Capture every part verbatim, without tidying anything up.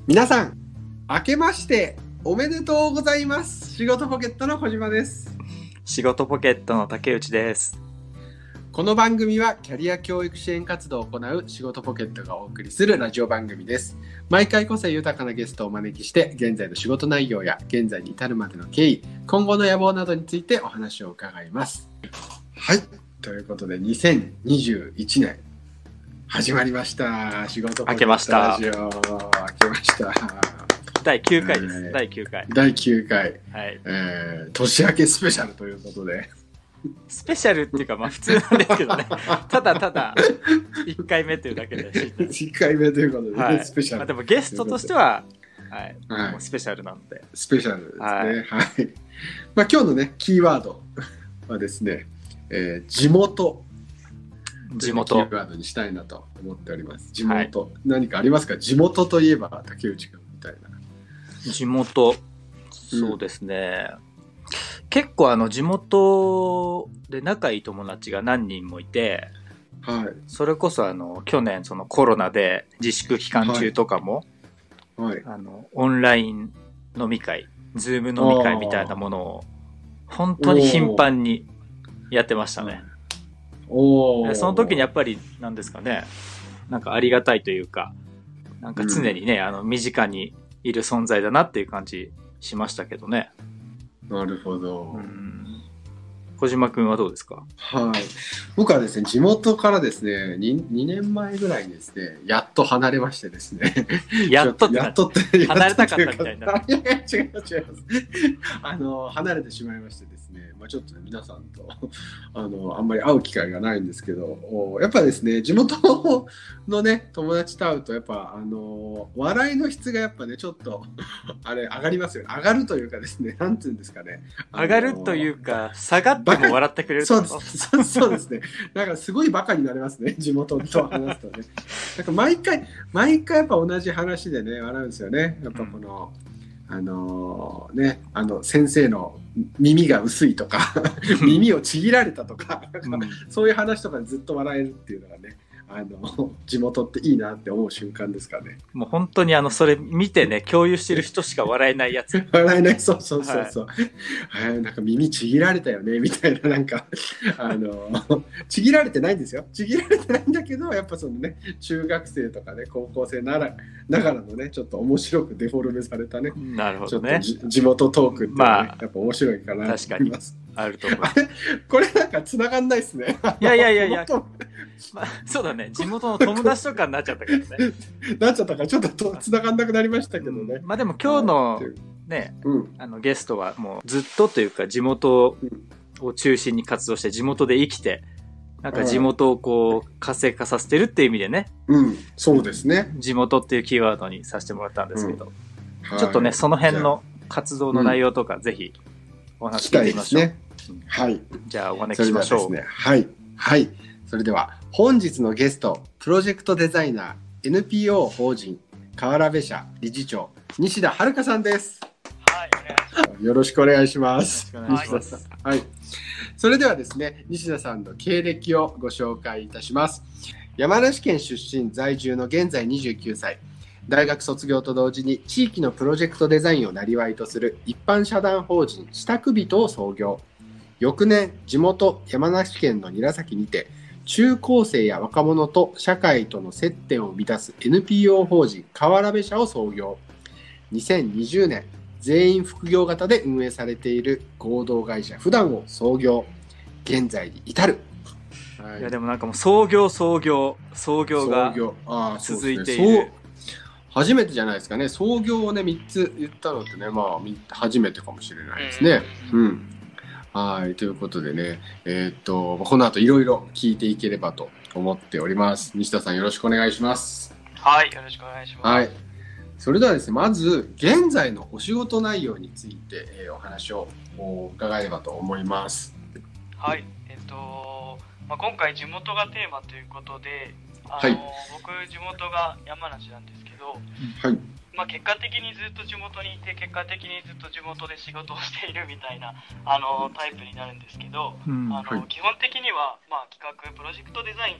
皆さん、明けましておめでとうございます。仕事ポケットの小島です。 仕事ポケットの竹内です。 この番組はキャリア教育支援活動を行う仕事ポケットがお送りするラジオ番組です。毎回個性豊かなゲストをお招きして、現在の仕事内容や現在に至るまでの経緯、今後の野望などについてお話を伺います。はい、ということでにせんにじゅういちねん始まりました。仕事ポケットラジオ明けました。 だいきゅうかいです、えー、だいきゅうかいだいきゅうかい、 はいえー、年明けスペシャルということで、 スペシャルっていうかまあ普通なんですけどねただただいっかいめというだけでいっかいめということで、ね、はい、スペシャル、 まあ、でもゲストとしては、はいはい、もうスペシャルなのでスペシャルですね、はいはい、まあ、今日のねキーワードはですね、えー、地元地元キーワードにしたいなと思っております。地元、はい、何かありますか？地元といえば竹内君みたいな。 地元、そうですね、うん、結構あの地元で仲いい友達が何人もいて、 はい、 それこそあの去年そのコロナで自粛期間中とかも、 はいはい、 あのオンライン飲み会、ズーム飲み会みたいなものを本当に頻繁にやってましたね。 おその時にやっぱりなんですかね、なんかありがたいというか、なんか常にね、うん、あの身近にいる存在だなっていう感じしましたけどね。 なるほど。 うん、小島くんはどうですか？ はい、僕はですね、地元からですね 2, 2年前ぐらいにですね、やっと離れましてですねやっとってやっとって離れたかったみたいな。 いやいや違います違いますあの離れてしまいましてですね、まあ、ちょっとね皆さんとあのあんまり会う機会がないんですけど、やっぱですね地元のね友達と会うとやっぱあの笑いの質がやっぱねちょっとあれ上がりますよね。上がるというかですね、なんていうんですかね、 上がるというか下がっても笑ってくれる。 そうですそうですね。なんかすごいバカになれますね、地元と話すとね。なんか毎回毎回やっぱ同じ話でね笑うんですよね。やっぱこの、うん、あのー、ねあの先生の耳が薄いとか耳をちぎられたとか、うん、そういう話とかでずっと笑えるっていうのがね、あの地元っていいなって思う瞬間ですかね。 もう本当にあのそれ見てね共有してる人しか笑えないやつ笑えない、そうそうそうそう、はい、なんか耳ちぎられたよねみたいな、なんかあのちぎられてないんですよ、ちぎられてないんだけど、やっぱそのね中学生とかね高校生ならながらのねちょっと面白くデフォルメされたね、 なるほどね、 ちょっと地元トークっていうのは、ね、まあ、やっぱ面白いかなと思います。 あると思います。 これなんか繋がんないですね。 いやいやいやいや、まあ、そうだね、地元の友達とかになっちゃったからねなっちゃったからちょっと繋がんなくなりましたけどね、うん、 まあでも今日のね、うん、あのゲストはもうずっとというか地元を中心に活動して地元で生きて、なんか地元をこう活性化させてるっていう意味でね、 うん、そうですね、 地元っていうキーワードにさせてもらったんですけど、 うん、 ちょっとね、はい、その辺の活動の内容とか、うん、ぜひお話聞いてみましょう。ね、 はい、 じゃあお招きしましょう。 ね、はいはい、それでは本日のゲスト、プロジェクトデザイナー エヌピーオー 法人河原部社理事長西田遥さんです。 はい、お願いします。 よろしくお願いします。 よろしくお願いします。 はい、それではですね、西田さんの経歴をご紹介いたします。山梨県出身在住の現在にじゅうきゅうさい、大学卒業と同時に地域のプロジェクトデザインを生りとする一般社団法人支度人を創業。翌年、地元山梨県の韮崎にて中高生や若者と社会との接点を生み出す エヌピーオー 法人河原部社を創業。にせんにじゅうねん、全員副業型で運営されている合同会社普段を創業。現在に至る。 はい、いやでもなんかもう創業創業創業が続いている。 初めてじゃないですかね。創業をねみっつ言ったのってね、まあ初めてかもしれないですね。うん。はい、ということでね、えー、っとこの後いろいろ聞いていければと思っております。西田さんよろしくお願いします。 はい、よろしくお願いします。 はい。それではですね、まず現在のお仕事内容について、えー、お話を伺えればと思います。 はい、えっと、まあ、今回地元がテーマということで、あの、 はい、 僕地元が山梨なんですけど、 はい、 まあ、結果的にずっと地元にいて、結果的にずっと地元で仕事をしているみたいなあのタイプになるんですけど、うん、あのはい、基本的には、まあ、企画プロジェクトデザイン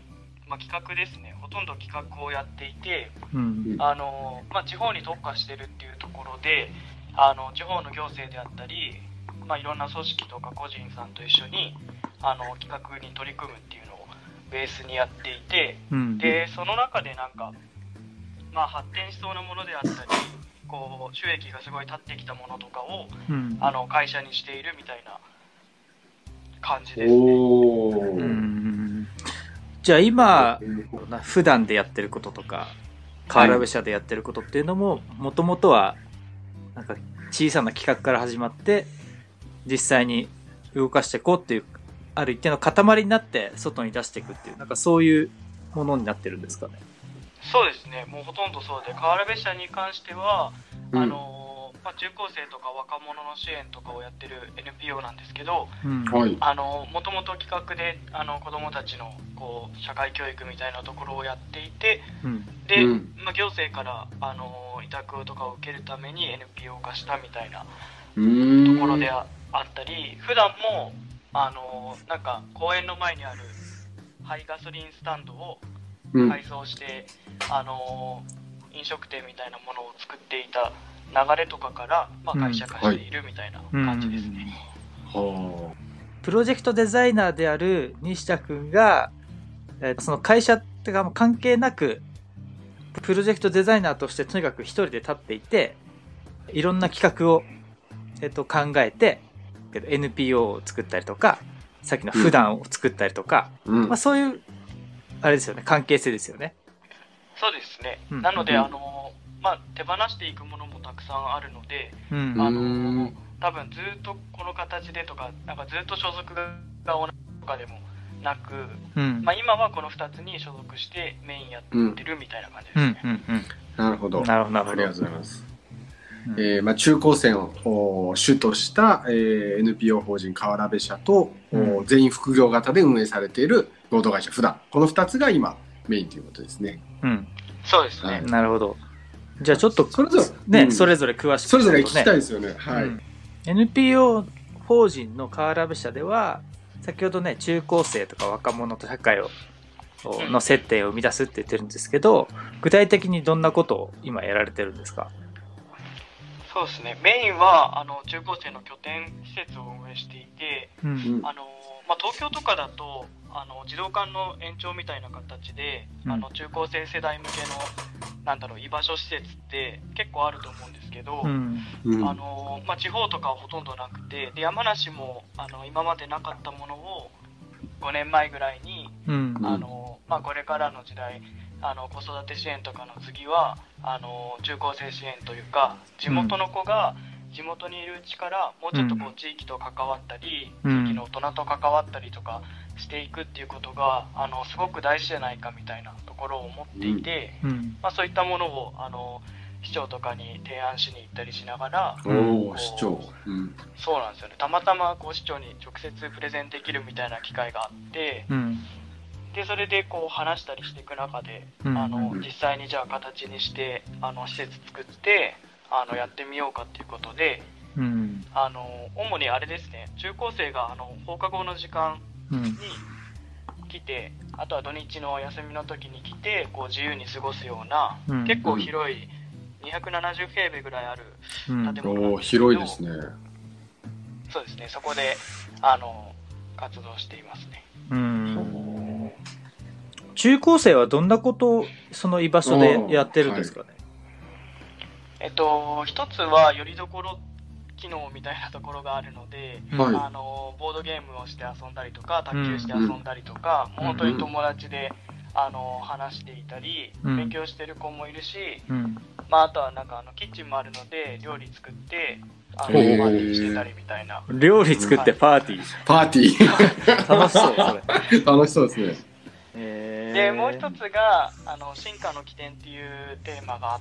まあ、企画ですね、ほとんど企画をやっていて、 うん、 あのまあ、地方に特化してるっていうところで、あの地方の行政であったり、まあ、いろんな組織とか個人さんと一緒にあの企画に取り組むっていうのをベースにやっていて、 うん、 でその中でなんか、まあ、発展しそうなものであったり、こう収益がすごい立ってきたものとかを、 うん、 あの会社にしているみたいな感じですね。 おー、 うん、じゃあ今普段でやってることとか河原部社でやってることっていうのももともとはなんか小さな企画から始まって実際に動かしていこうっていうある一定の塊になって外に出していくっていうなんかそういうものになってるんですかね。 そうですね、もうほとんどそうで、河原部社に関しては、 うん、 あのまあ、中高生とか若者の支援とかをやってる エヌピーオー なんですけど、 うん、 あのもともと企画であの子どもたちのこう社会教育みたいなところをやっていて、 うん、 で、 うん、 まあ、行政からあの委託とかを受けるために エヌピーオー 化したみたいなところで あ, あったり、普段もあのなんか公園の前にある廃ガソリンスタンドを改装して、うん、あの飲食店みたいなものを作っていた流れとかから、まあ、会社化しているみたいな感じですね。 うん、はあ、プロジェクトデザイナーである西田君が、えー、その会社ってか関係なくプロジェクトデザイナーとしてとにかく一人で立っていていろんな企画を、えー、と考えて エヌピーオー を作ったりとかさっきの普段を作ったりとか、うんまあ、そういうあれですよね、関係性ですよね。 そうですね、 うん、 なので、あの、まあ、手放していくものもたくさんあるので、 うん、 あの多分ずっとこの形でとか、なんかずっと所属が同じとかでもなく、 うんまあ、今はこのふたつに所属してメインやってるみたいな感じですね。 うんうんうんうん、 なるほど。 なるほど。 ありがとうございます。うんえーまあ、中高生を主とした、えー、エヌピーオー 法人河原部社と、うん、全員副業型で運営されている合同会社普段、このふたつが今メインということですね。 うん、 そうですね、はい、 なるほど。じゃあちょっとそれぞれ、 ねうん、 それぞれ詳しく、ね、 それぞれ聞きたいですよね。はい、うん、 エヌピーオー 法人の河原部社では先ほどね中高生とか若者と社会をの接点を生み出すって言ってるんですけど、具体的にどんなことを今やられてるんですか？ そうですね、メインはあの中高生の拠点施設を運営していて、 うん、 あのまあ、東京とかだとあの児童館の延長みたいな形で、うん、あの中高生世代向けのなんだろう居場所施設って結構あると思うんですけど、 うんあのまあ、地方とかはほとんどなくて、で山梨もあの今までなかったものをごねんまえぐらいに、 うんあのまあ、これからの時代あの子育て支援とかの次はあの中高生支援というか地元の子が地元にいるうちからもうちょっとこう地域と関わったり、うん、地域の大人と関わったりとかしていくっていうことがあのすごく大事じゃないかみたいなところを思っていて、 うんうんまあ、そういったものをあの市長とかに提案しに行ったりしながら、 お市長、うん、 そうなんですよね、たまたまこう市長に直接プレゼンできるみたいな機会があって、 うんでそれでこう話したりしていく中で、 うん、 あの実際にじゃあ形にしてあの施設作ってあのやってみようかっていうことで、 うん、 あの主にあれですね、中高生があの放課後の時間に来て、うん、あとは土日の休みの時に来てこう自由に過ごすような、うん、結構広いにひゃくななじゅう平米ぐらいある建物なんですけど、 うん、お広いですね。 そうですね、そこであの活動していますね。 うん中高生はどんなことをその居場所でやってるんですかね？はい、 えっと一つはよりどころ機能みたいなところがあるので、はい、あのボードゲームをして遊んだりとか卓球して遊んだりとか、うん、もう本当に友達であの話していたり、うん、勉強してる子もいるし、うんまあ、あとはなんかあのキッチンもあるので料理作ってあのパーティーしてたりみたいな。 料理作ってパーティー、はい、 パーティー楽しそうそれ楽しそうですね。 でもう一つがあの進化の起点っていうテーマがあって、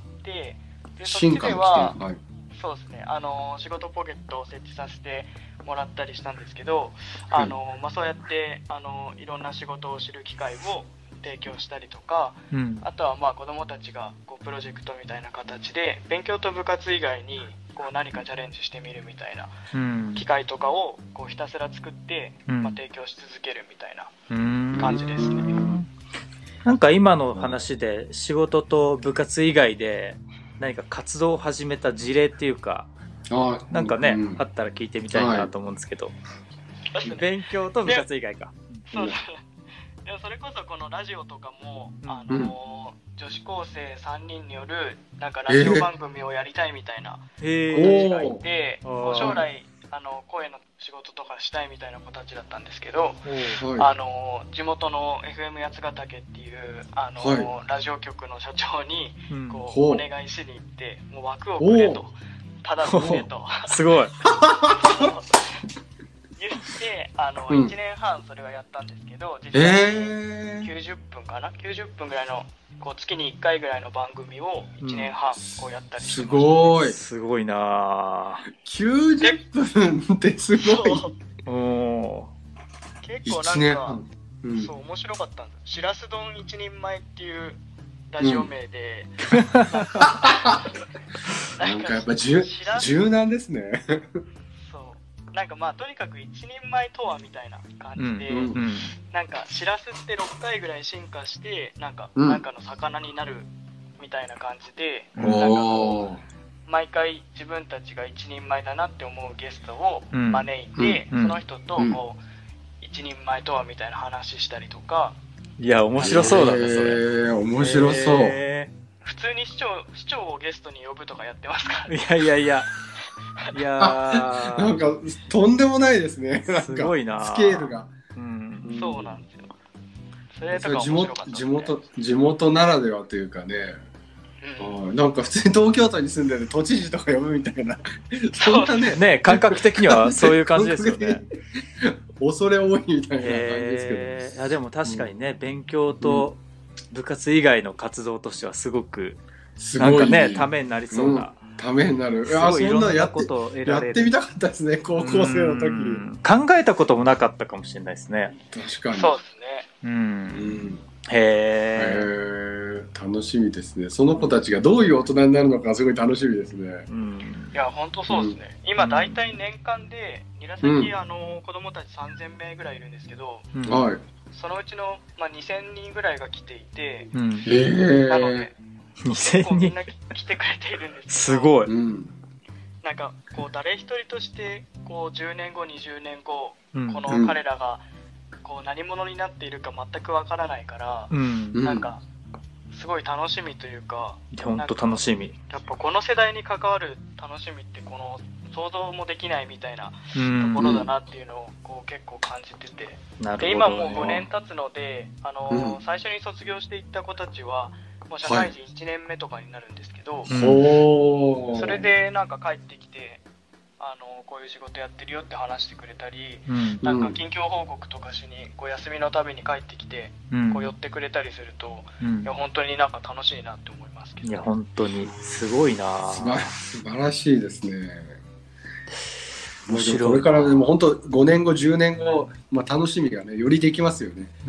でそっちでは、はい、そうですね、あの仕事ポケットを設置させてもらったりしたんですけど、あの、まあ、そうやってあのいろんな仕事を知る機会を提供したりとか、うん、あとはまあ子どもたちがこうプロジェクトみたいな形で勉強と部活以外にこう何かチャレンジしてみるみたいな機会とかをこうひたすら作って、うんまあ、提供し続けるみたいな感じですね。 なんか今の話で仕事と部活以外で何か活動を始めた事例っていうか、あなんかね、うん、あったら聞いてみたいなと思うんですけど、はい、勉強と部活以外か。 そうです。でもそれこそこのラジオとかも、うん、あの女子高生さんにんによるなんかラジオ番組をやりたいみたいな子たちがいて、えー、将来あの声の仕事とかしたいみたいな子たちだったんですけど、あの地元の エフエム 八ヶ岳っていうあの、はい、ラジオ局の社長にこう、うん、お願いしに行って、もう枠をくれと、ただくれとすごい言ってあの、うん、いちねんはんそれはやったんですけど、実際にきゅうじゅっぷんかな、きゅうじゅっぷんぐらいのこう月にいっかいぐらいの番組をいちねんはんこうやったりしてました、ね、 すごいすごいなきゅうじゅっぷんってすごいお結構なんか、うん、そう面白かったんです。しらす丼一人前っていうラジオ名で、 うん、なんかやっぱ柔軟ですねなんかまあとにかく一人前とはみたいな感じで、うんうん、なんかしらすってろっかいぐらい進化してなんか、うん、なんかの魚になるみたいな感じで、うん、なんかこう毎回自分たちが一人前だなって思うゲストを招いて、うん、その人とこう一人前とはみたいな話したりとか。 いや面白そうだねそれ。 面白そう。 普通に市長市長をゲストに呼ぶとかやってますから、 ね、いやいやいやいやなんかとんでもないですね。 すごいなスケールが、 うん、そうなんですよ。それとか面白かったですね。 地元地元ならではというかね、うん、なんか普通に東京都に住んでる都知事とか呼ぶみたいなそんなねね感覚的にはそういう感じですよね恐れ多いみたいな感じですけど、 えー、いやでも確かにね、うん、勉強と部活以外の活動としてはすごくなんかねためになりそうな、 うんためになる。 すごいいろんなことを得られる。 やってみたかったですね、高校生の時。 考えたこともなかったかもしれないですね。 確かに。 そうですね。 うん。うん、へえ。楽しみですね。その子たちがどういう大人になるのかすごい楽しみですね。 うん、いや本当そうですね。うん、今だいたい年間で韮崎、うん、あの子供たちさんぜんめいぐらいいるんですけど、 うん、はい。 そのうちのまあにせんにんぐらいが来ていて、 うん、 えー、 なので。 にせんにんみんな来てくれているんですけど、すごい、 うん、 なんかこう誰一人としてこうじゅうねんごにじゅうねんご、うん、この彼らがこう何者になっているか全くわからないから、うん、なんかすごい楽しみというか、 本当楽しみ。 やっぱこの世代に関わる楽しみってこの想像もできないみたいなところだなっていうのをこう結構感じてて、 うん、 で今もうごねん経つので、あのーうん、最初に卒業していった子たちはもう社会人いちねんめとかになるんですけど、はい、それでなんか帰ってきてあのこういう仕事やってるよって話してくれたり、うん、なんか近況報告とかしにこう休みのたびに帰ってきて、うん、こう寄ってくれたりすると、うん、いや本当になんか楽しいなって思いますけど、 いや本当にすごいな。 素晴らしいですね。面白い。これからでも本当ごねんごじゅうねんご、まあ、楽しみがねよりできますよね、 うん、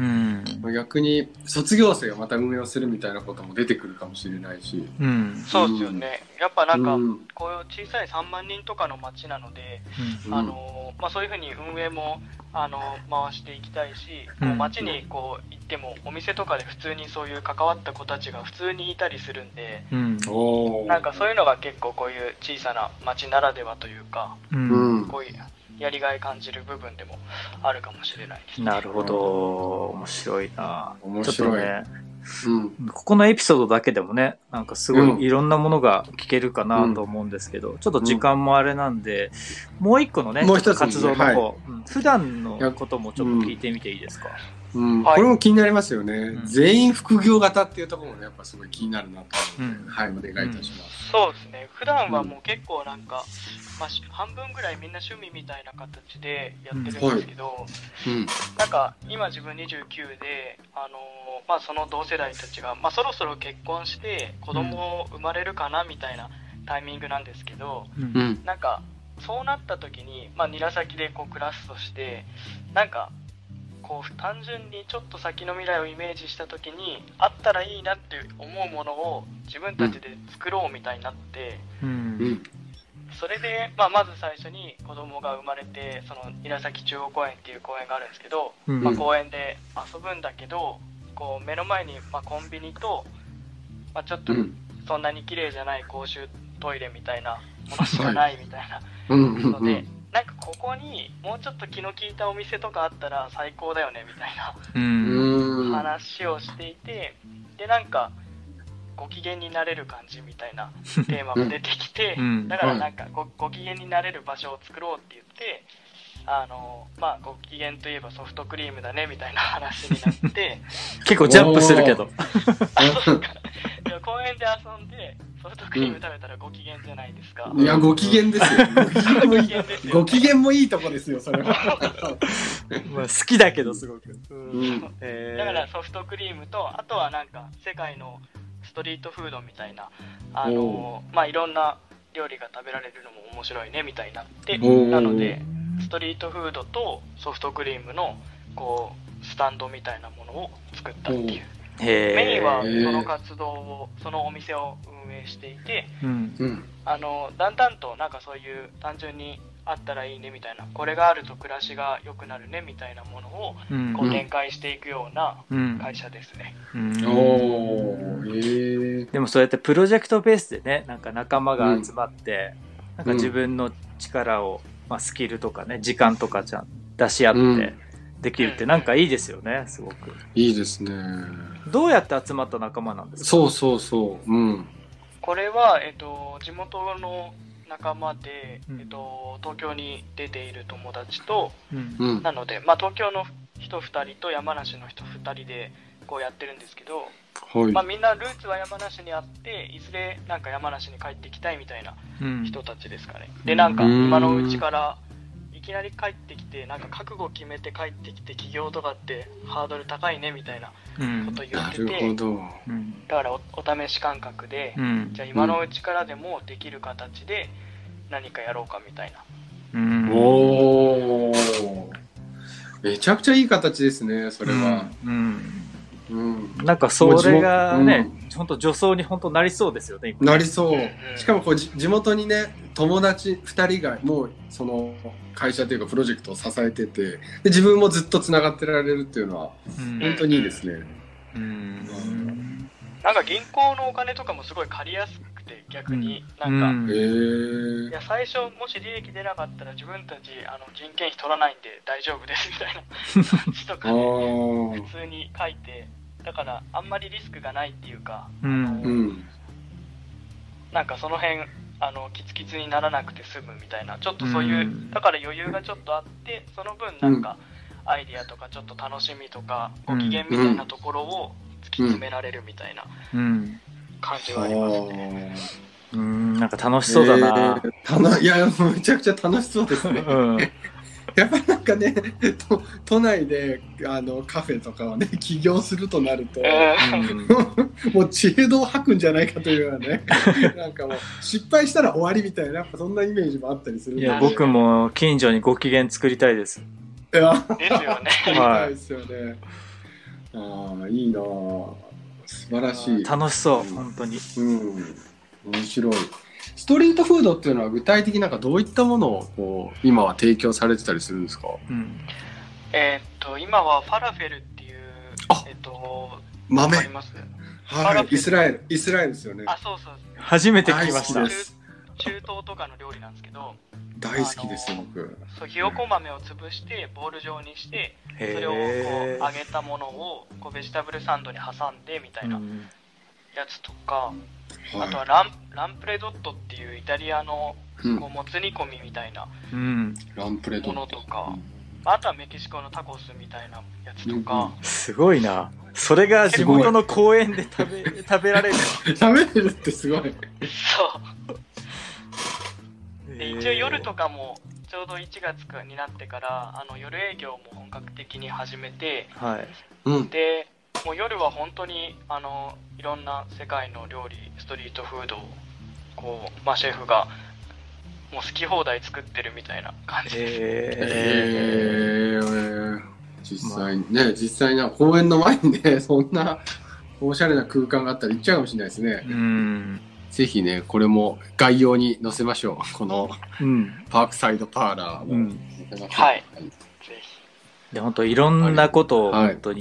逆に卒業生がまた運営をするみたいなことも出てくるかもしれないし、 うん、 そうですよね。やっぱなんか、うん、こういう小さいさんまんにんとかの町なので、うん、あのまあ、そういうふうに運営もあの回していきたいし、うん、こう町にこう行ってもお店とかで普通にそういう関わった子たちが普通にいたりするんで、 うん、 なんかそういうのが結構こういう小さな町ならではというか、 うん、 こういうやりがい感じる部分でもあるかもしれないですね。 なるほど、面白いな。 面白い。ちょっとね、うん、 ここのエピソードだけでもね、なんかすごいいろんなものが聞けるかなと思うんですけど、うん、ちょっと時間もあれなんで、うん、もう一個のね、 もう一つ活動の方、 はいうん、普段のこともちょっと聞いてみていいですか？ うん、これも気になりますよね、うん、全員副業型っていうところもねやっぱすごい気になるなと思うので、うん、はい、お願いいたします、 うん、そうですね。普段はもう結構なんか、まあ、半分ぐらいみんな趣味みたいな形でやってるんですけど、 うんはい、 なんか今自分にじゅうきゅうで、あのーまあ、その同世代たちが、まあ、そろそろ結婚して子供生まれるかなみたいなタイミングなんですけど、 うん、 なんかそうなった時に、まあ、韮崎でこう暮らすとしてなんかこう単純にちょっと先の未来をイメージした時にあったらいいなって思うものを自分たちで作ろうみたいになって、 うん、 それで、まあ、まず最初に子供が生まれてその韮崎中央公園っていう公園があるんですけど、 うんまあ、公園で遊ぶんだけどこう目の前に、まあ、コンビニと、まあ、ちょっとそんなに綺麗じゃない公衆トイレみたいなものしかないみたいなので、なんかここにもうちょっと気の利いたお店とかあったら最高だよねみたいな話をしていて、でなんかご機嫌になれる感じみたいなテーマが出てきて、だからなんか ご, ご機嫌になれる場所を作ろうって言って、あのまあご機嫌といえばソフトクリームだねみたいな話になって結構ジャンプするけど公園で遊んでソフトクリーム食べたらご機嫌じゃないですか、 うん、いやご機嫌ですよご機嫌ですよご機嫌もいいとこですよそれはまあ好きだけどすごく、 うんえー、だからソフトクリームとあとはなんか世界のストリートフードみたいなあのまあいろんな料理が食べられるのも面白いねみたいになって、なのでストリートフードとソフトクリームのこうスタンドみたいなものを作ったっていう。メインはその活動をそのお店を運営していて、うん、あのだんだんとなんかそういう単純にあったらいいねみたいな、これがあると暮らしが良くなるねみたいなものをこう展開していくような会社ですね。 うんうん、おー、でもそうやってプロジェクトベースでね、なんか仲間が集まって、うん、なんか自分の力を、まあ、スキルとかね時間とかじゃ出し合ってできるってなんかいいですよね、すごく。 いいですね。 どうやって集まった仲間なんですか？ そうそうそう。うん。 これは、えっと、地元の仲間で、うん、えっと、東京に出ている友達と、うん、なので、まあ、東京の人ふたりと山梨の人ふたりでこうやってるんですけど、はい、まあ、みんなルーツは山梨にあって、いずれなんか山梨に帰ってきたいみたいな人たちですかね。うん、で、なんか今のうちからいきなり帰ってきて、なんか覚悟決めて帰ってきて起業とかってハードル高いねみたいなこと言ってて、うん、なるほど。だから お, お試し感覚で、うん、じゃあ今のうちからでもできる形で何かやろうかみたいな。 うん、おー、めちゃくちゃいい形ですね、それは。うんうん、なんかそれがね、うん、本当女装に本当なりそうですよね。 なりそう。しかもこう地元にね友達ふたりがもうその会社というかプロジェクトを支えてて、で自分もずっとつながってられるっていうのは本当にいいですね。うんうん、 なんか銀行のお金とかもすごい借りやすくて、逆になんか、うん、いや最初もし利益出なかったら自分たちあの人件費取らないんで大丈夫ですみたいな感じとかね普通に書いて、だからあんまりリスクがないっていうか、うん、なんかその辺あのキツキツにならなくて済むみたいな、ちょっとそういう、うん、だから余裕がちょっとあって、その分なんかアイディアとかちょっと楽しみとか、うん、ご機嫌みたいなところを突き詰められるみたいな感じはありますね。 うん、うんなんか楽しそうだな。 えー、たないやめちゃくちゃ楽しそうですね。うんやっぱりなんかね都、都内であのカフェとかをね起業するとなると、えー、もう知恵度を吐くんじゃないかというようなねなんかもう失敗したら終わりみたいな、やっぱそんなイメージもあったりするんで。 いや僕も近所にご機嫌作りたいです。 いやですよね。 はいですよね。ああいいな、素晴らしい。 楽しそう、うん、本当に。 うん面白い。ストリートフードっていうのは具体的になんかどういったものをこう今は提供されてたりするんですか？うん、 えー、っと今はファラフェルっていう、えー、っと豆あります、はい、イスラエルイスラエルですよね。 あそうそう初めて聞きました。 中東とかの料理なんですけど、 大好きです僕。 そうひよこ豆を潰してボール状にして、それをこう揚げたものをこうベジタブルサンドに挟んでみたいなやつとか、うん、あとはラン、ランプレドットっていうイタリアのこうもつ煮込みみたいなものとか、あとはメキシコのタコスみたいなやつとか、 うん、すごいな。それが地元の公園で食べ食べられる食べれるってすごい。 そうで一応夜とかもちょうどいちがつになってからあの夜営業も本格的に始めて、はいうん、でもう夜は本当にあのいろんな世界の料理ストリートフードをこう、まあ、シェフがもう好き放題作ってるみたいな感じです。 えーえー、実際にね、まあ、実際に公園の前にねそんなおしゃれな空間があったら行っちゃうかもしれないですね。うんぜひねこれも概要に載せましょう、この、うん、パークサイドパーラーも、うん、 はい、ぜひ。 で本当いろんなことを本当に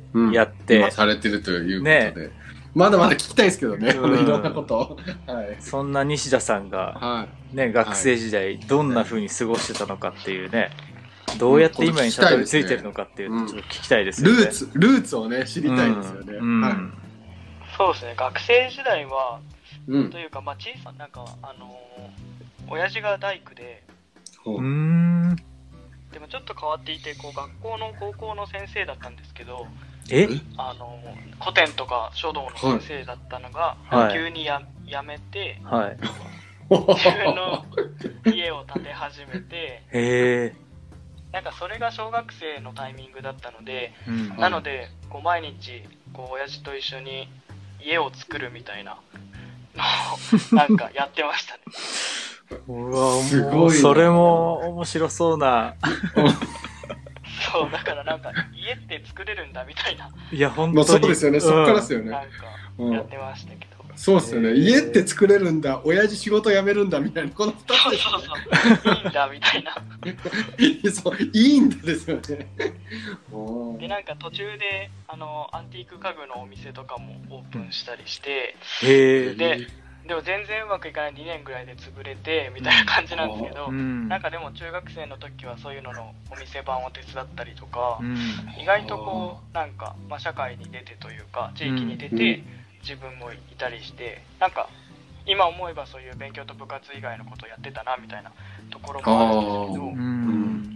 やって、 うん、今されてるということで、ね、まだまだ聞きたいですけどね、うん、いろんなこと、 はい、そんな西田さんが、ね、はい、学生時代どんな風に過ごしてたのかっていうね、どうやって今にたどり着いてるのかっていうのをちょっと聞きたいですよね、 ルーツルーツをね知りたいですよね、うん、はい、 そうですね。学生時代は、うん、というか、まあ、小さな、なんか、あのー、親父が大工で、 うーん、 でもちょっと変わっていて、こう学校の高校の先生だったんですけど、 えあのー、古典とか書道の先生だったのが、はい、急にややめて、 はい、 自分の家を建て始めて、 へー、 なんかそれが小学生のタイミングだったので、 うん、 なのでこう毎日こう親父と一緒に家を作るみたいなのをなんかやってましたね。 うわ、すごい、それも面白そうな。 そうだからなんか家って作れるんだみたいな。 いや本当に、 まあ、そうですよね、そっからですよね。 なんかやってましたけど。 そうですよね、家って作れるんだ、親父仕事辞めるんだみたいな、このふたつです、ね、 そうそうそう、いいんだみたいな。 そう、いいんだですよね。 でなんか途中であのアンティーク家具のお店とかもオープンしたりして、 へででも全然うまくいかないにねんぐらいで潰れてみたいな感じなんですけど、うん、なんかでも中学生の時はそういうののお店番を手伝ったりとか、うん、意外とこうなんか、まあ、社会に出てというか地域に出て、うん、自分もいたりして、なんか今思えばそういう勉強と部活以外のことをやってたなみたいなところもあるんですけど、うん、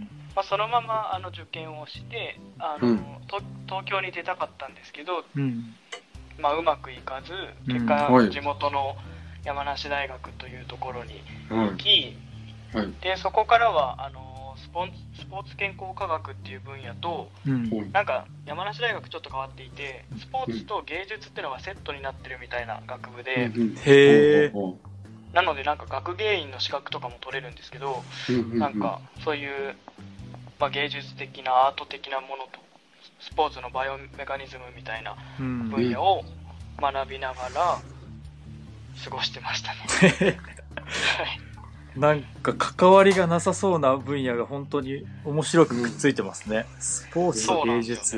まあ、そのままあの受験をしてあの、うん、東京に出たかったんですけど、うん、まあ、うまくいかず結果、うん、地元の山梨大学というところに行き、うん、はい、でそこからはあのスポンスポーツ健康科学っていう分野と、うん、なんか山梨大学ちょっと変わっていてスポーツと芸術っていうのがセットになってるみたいな学部で、 うん、へー、 なのでなんか学芸員の資格とかも取れるんですけど、うん、なんかそういう、まあ、芸術的なアート的なものとスポーツのバイオメカニズムみたいな分野を学びながら過ごしてましたね。 なんか関わりがなさそうな分野が本当に面白くくっついてますね、うん、スポーツと芸術、ね、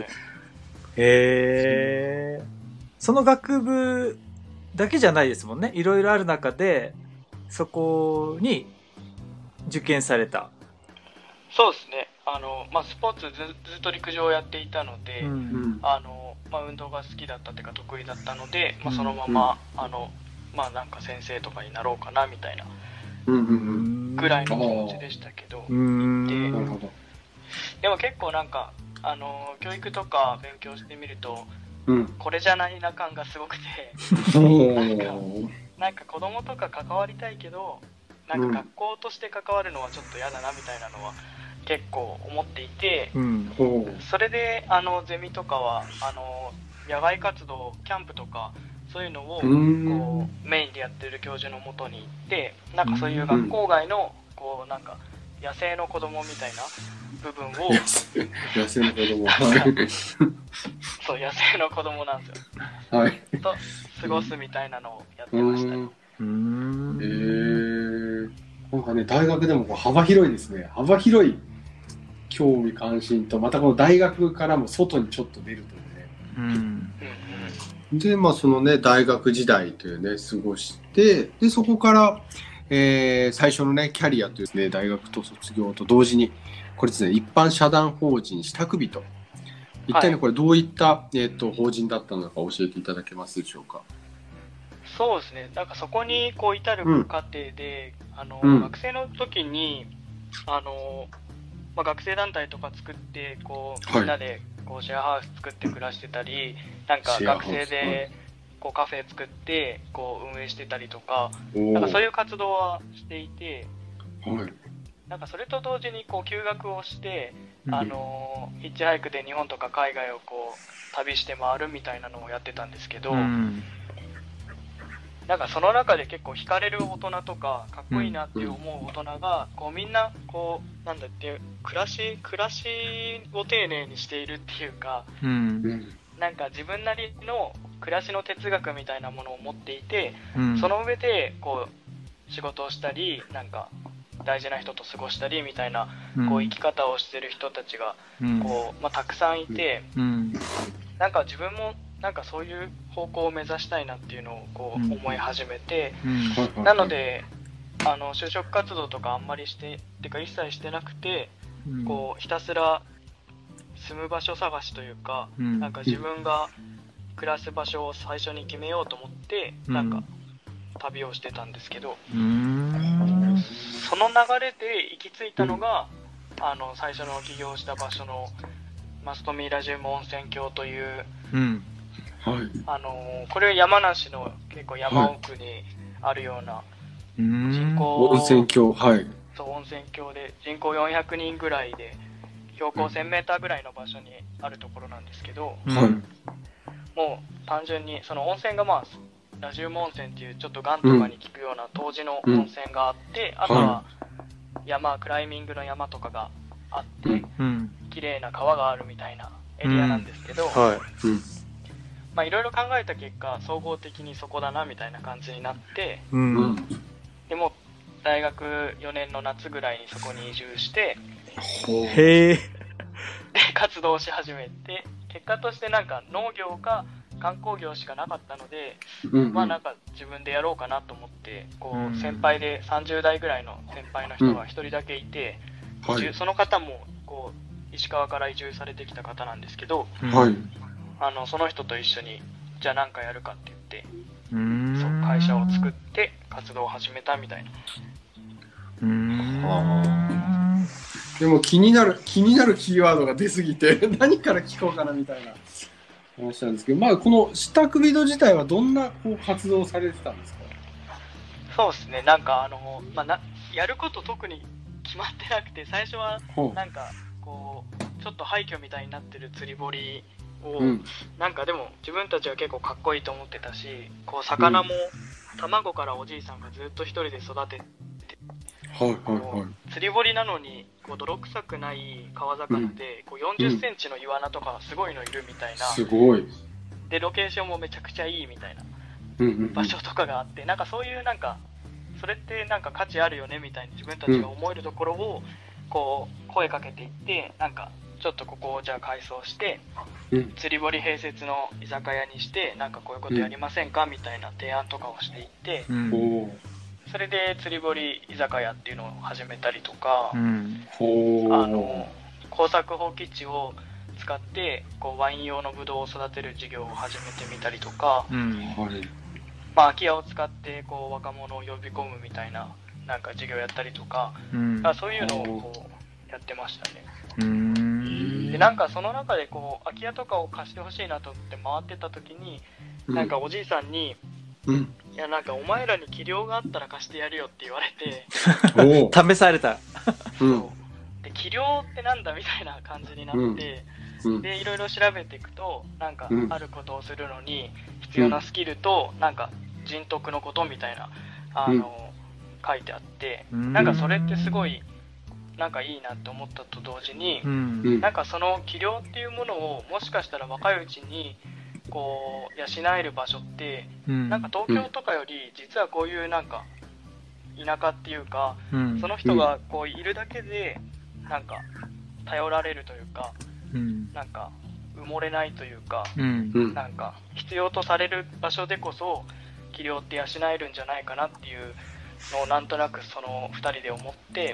へー、その学部だけじゃないですもんね、いろいろある中でそこに受験された。 そうですね、あの、まあ、スポーツ ず, ずっと陸上をやっていたので、うん、あのまあ、運動が好きだったというか得意だったので、まあ、そのまま、うん、あのまあ、なんか先生とかになろうかなみたいなぐらいの気持ちでしたけど、 うんで, でも結構なんかあの教育とか勉強してみると、うん、これじゃないな感がすごくてなんかなんか子供とか関わりたいけどなんか学校として関わるのはちょっと嫌だなみたいなのは結構思っていて、うん、それであのゼミとかはあの野外活動キャンプとかそういうのをこうメインでやってる教授のもとに行ってなんかそういう学校外のこうなんか野生の子供みたいな部分を野生の子供そう野生の子供なんですよ、 はい、 と過ごすみたいなのをやってましたね。 うーん、へー、なんかね大学でもこう幅広いですね。幅広い興味関心とまたこの大学からも外にちょっと出るというね、うんで、まあ、そのね、大学時代というね、過ごして、で、そこから、えー、最初のね、キャリアというですね、大学と卒業と同時に、これですね、一般社団法人支度人。一体ね、これどういった、はい、えーと、法人だったのか教えていただけますでしょうか。 そうですね、なんかそこにこう至る過程で、うん、あの、うん、学生の時に、あの、まあ、学生団体とか作って、こう、みんなで、こうシェアハウス作って暮らしてたり、なんか学生でこうカフェ作ってこう運営してたりとか、なんかそういう活動はしていて、はい、なんかそれと同時にこう休学をして、うん、あのヒッチハイクで日本とか海外をこう旅して回るみたいなのをやってたんですけど、うん、なんかその中で結構惹かれる大人とかかっこいいなって思う大人がこうみんなこうなんだって暮らし暮らしを丁寧にしているっていうか、うん、なんか自分なりの暮らしの哲学みたいなものを持っていて、うん、その上でこう仕事をしたりなんか大事な人と過ごしたりみたいな、うん、こう生き方をしてる人たちがこう、まあ、たくさんいて、うん、 なんか自分もなんかそういう方向を目指したいなっていうのをこう思い始めて、うん、なのであの就職活動とかあんまりしててか一切してなくて、うん、こうひたすら住む場所探しというか、うん、なんか自分が暮らす場所を最初に決めようと思って、うん、なんか旅をしてたんですけど、うん、その流れで行き着いたのが、うん、あの最初の起業した場所のマストミラジウム温泉郷という、うんはい、あのこれは山梨の結構山奥にあるような、はい、人口温泉郷、はい、 そう温泉郷で人口よんひゃくにんぐらいで標高せんメーターぐらいの場所にあるところなんですけど、はい、もう単純にその温泉がまあラジウム温泉っていうちょっとガンとかに効くような当時の温泉があって、うん、あとは山クライミングの山とかがあって、うん、綺麗な川があるみたいなエリアなんですけど、うんはいまあ、いろいろ考えた結果総合的にそこだなみたいな感じになって、うん、でも大学よねんの夏ぐらいにそこに移住してへーで活動し始めて結果としてなんか農業か観光業しかなかったので、うんうん、まあなんか自分でやろうかなと思ってこう先輩でさんじゅう代ぐらいの先輩の人がひとりだけいて、うんはい、その方もこう石川から移住されてきた方なんですけど、はい、あのその人と一緒にじゃあ何かやるかって言ってうーんそう会社を作って活動を始めたみたいな。 うーんでも気になる気になるキーワードが出すぎて何から聞こうかなみたいな話なんですけど、まあこの支度人自体はどんなこう活動をされてたんですか？ そうですね、なんかあの、まあ、なやること特に決まってなくて最初はなんかこうちょっと廃墟みたいになってる釣り堀を、うん、なんかでも自分たちは結構かっこいいと思ってたしこう魚も卵からおじいさんがずっと一人で育てて、はいはいはい、釣り堀なのにこう泥臭くない川魚で、うん、こうよんじゅっセンチのイワナとかすごいのいるみたいな、 すごいでロケーションもめちゃくちゃいいみたいな場所とかがあって、なんかそういうなんかそれってなんか価値あるよねみたいに自分たちが思えるところをこう声かけていってなんかちょっとここをじゃあ改装して釣り堀併設の居酒屋にしてなんかこういうことやりませんかみたいな提案とかをしていって、うん、それで釣り堀居酒屋っていうのを始めたりとか、うん、あの耕作放棄地を使ってこうワイン用のブドウを育てる事業を始めてみたりとか、うんまあ、空き家を使ってこう若者を呼び込むみたいななんか事業やったりとか、うん、そういうのをこうやってましたね。うーんでなんかその中でこう空き家とかを貸してほしいなと思って回ってた時に、うん、なんかおじいさんに、うん、いやなんかお前らに器量があったら貸してやるよって言われて試されたそうで器量ってなんだみたいな感じになって、うん、でいろいろ調べていくとなんかあることをするのに必要なスキルとなんか人徳のことみたいなあの、うん、書いてあってなんかそれってすごいなんかいいなって思ったと同時に、うん、なんかその器量っていうものをもしかしたら若いうちにこう養える場所って、うん、なんか東京とかより実はこういうなんか田舎っていうか、うん、その人がこういるだけでなんか頼られるというか、うん、なんか埋もれないというか、うん、なんか必要とされる場所でこそ器量って養えるんじゃないかなっていうのをなんとなくそのふたりで思って、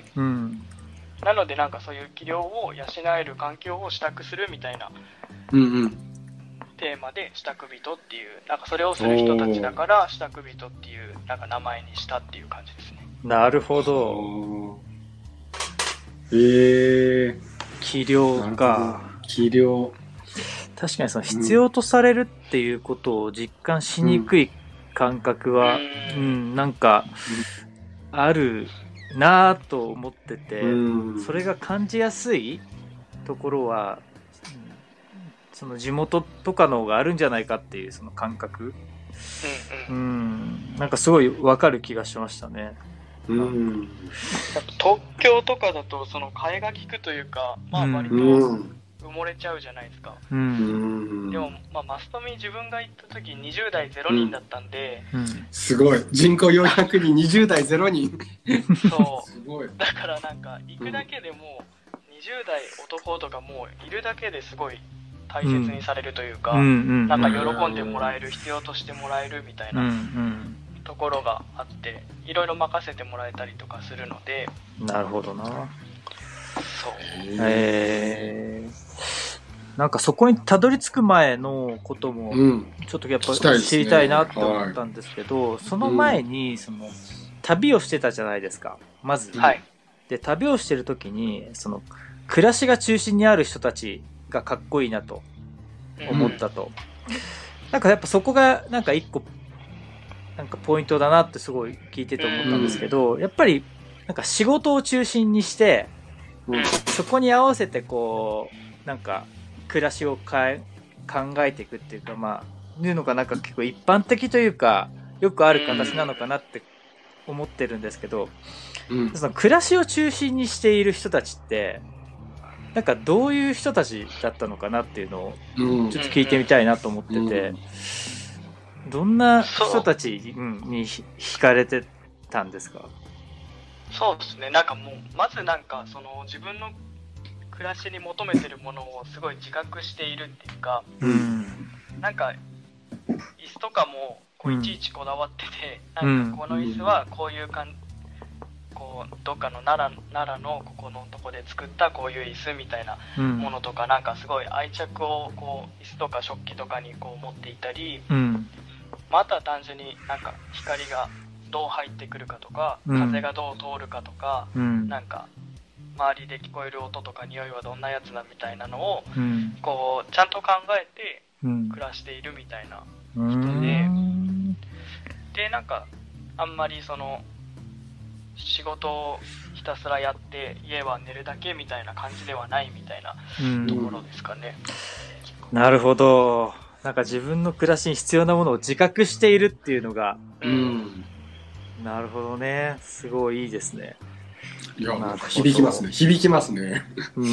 うん、なのでなんかそういう器量を養える環境を支度するみたいな、うんうん、テーマで支度人っていうなんかそれをする人たちだから支度人っていうなんか名前にしたっていう感じですね。 なるほど。 えー、 器量か。 器量。 確かにその必要とされるっていうことを実感しにくい感覚は、うん、うん、なんかあるなぁと思ってて、うん、それが感じやすいところは、その地元とかの方があるんじゃないかっていうその感覚、うん、うん、なんかすごい分かる気がしましたね。うん、 東京とかだとその替えが利くというか、まあ割と埋もれちゃうじゃないですか。うん、でも、まあ、マストミ自分が行った時にじゅう代ゼロにんだったんで、 うんうん、すごい人口よんひゃくにんにじゅう代ゼロにんそうすごいだからなんか行くだけでもにじゅう代男とかもういるだけですごい大切にされるというか、なんか喜んでもらえる、必要としてもらえるみたいなところがあって、いろいろ任せてもらえたりとかするので。 なるほどな。 そう。 えー、なんかそこにたどり着く前のこともちょっとやっぱ知りたいなって思ったんですけど、うんねはい、その前にその旅をしてたじゃないですか、まず。 はい、 で旅をしてる時にその暮らしが中心にある人たちがかっこいいなと思ったと、うん、なんかやっぱそこがなんか一個なんかポイントだなってすごい聞いてて思ったんですけど、うん、やっぱりなんか仕事を中心にして、うん、そこに合わせてこうなんか暮らしをかえ考えていくっていうか、まあいうのがなんか結構一般的というかよくある形なのかなって思ってるんですけど、うん、その暮らしを中心にしている人たちってなんかどういう人たちだったのかなっていうのをちょっと聞いてみたいなと思ってて、うんうん、どんな人たちに惹かれてたんですか？ そうですね、なんかもうまずなんかその自分の暮らしに求めてるものをすごい自覚しているっていうか、うん、なんか椅子とかもこういちいちこだわってて、うん、なんかこの椅子はこういう感じ、こうどっかの奈良、奈良のここのとこで作ったこういう椅子みたいなものとか、うん、なんかすごい愛着をこう椅子とか食器とかにこう持っていたり、うん、まあ、あとは単純になんか光がどう入ってくるかとか、うん、風がどう通るかとか、うん、なんか周りで聞こえる音とか匂いはどんなやつだみたいなのを、うん、こうちゃんと考えて暮らしているみたいな人で、うん、でなんかあんまりその仕事をひたすらやって家は寝るだけみたいな感じではないみたいなところですかね。 うん、なるほど。なんか自分の暮らしに必要なものを自覚しているっていうのが、うん、なるほどね。すごいいいですね。 いや、なんか響きますね。響きますね。 うん。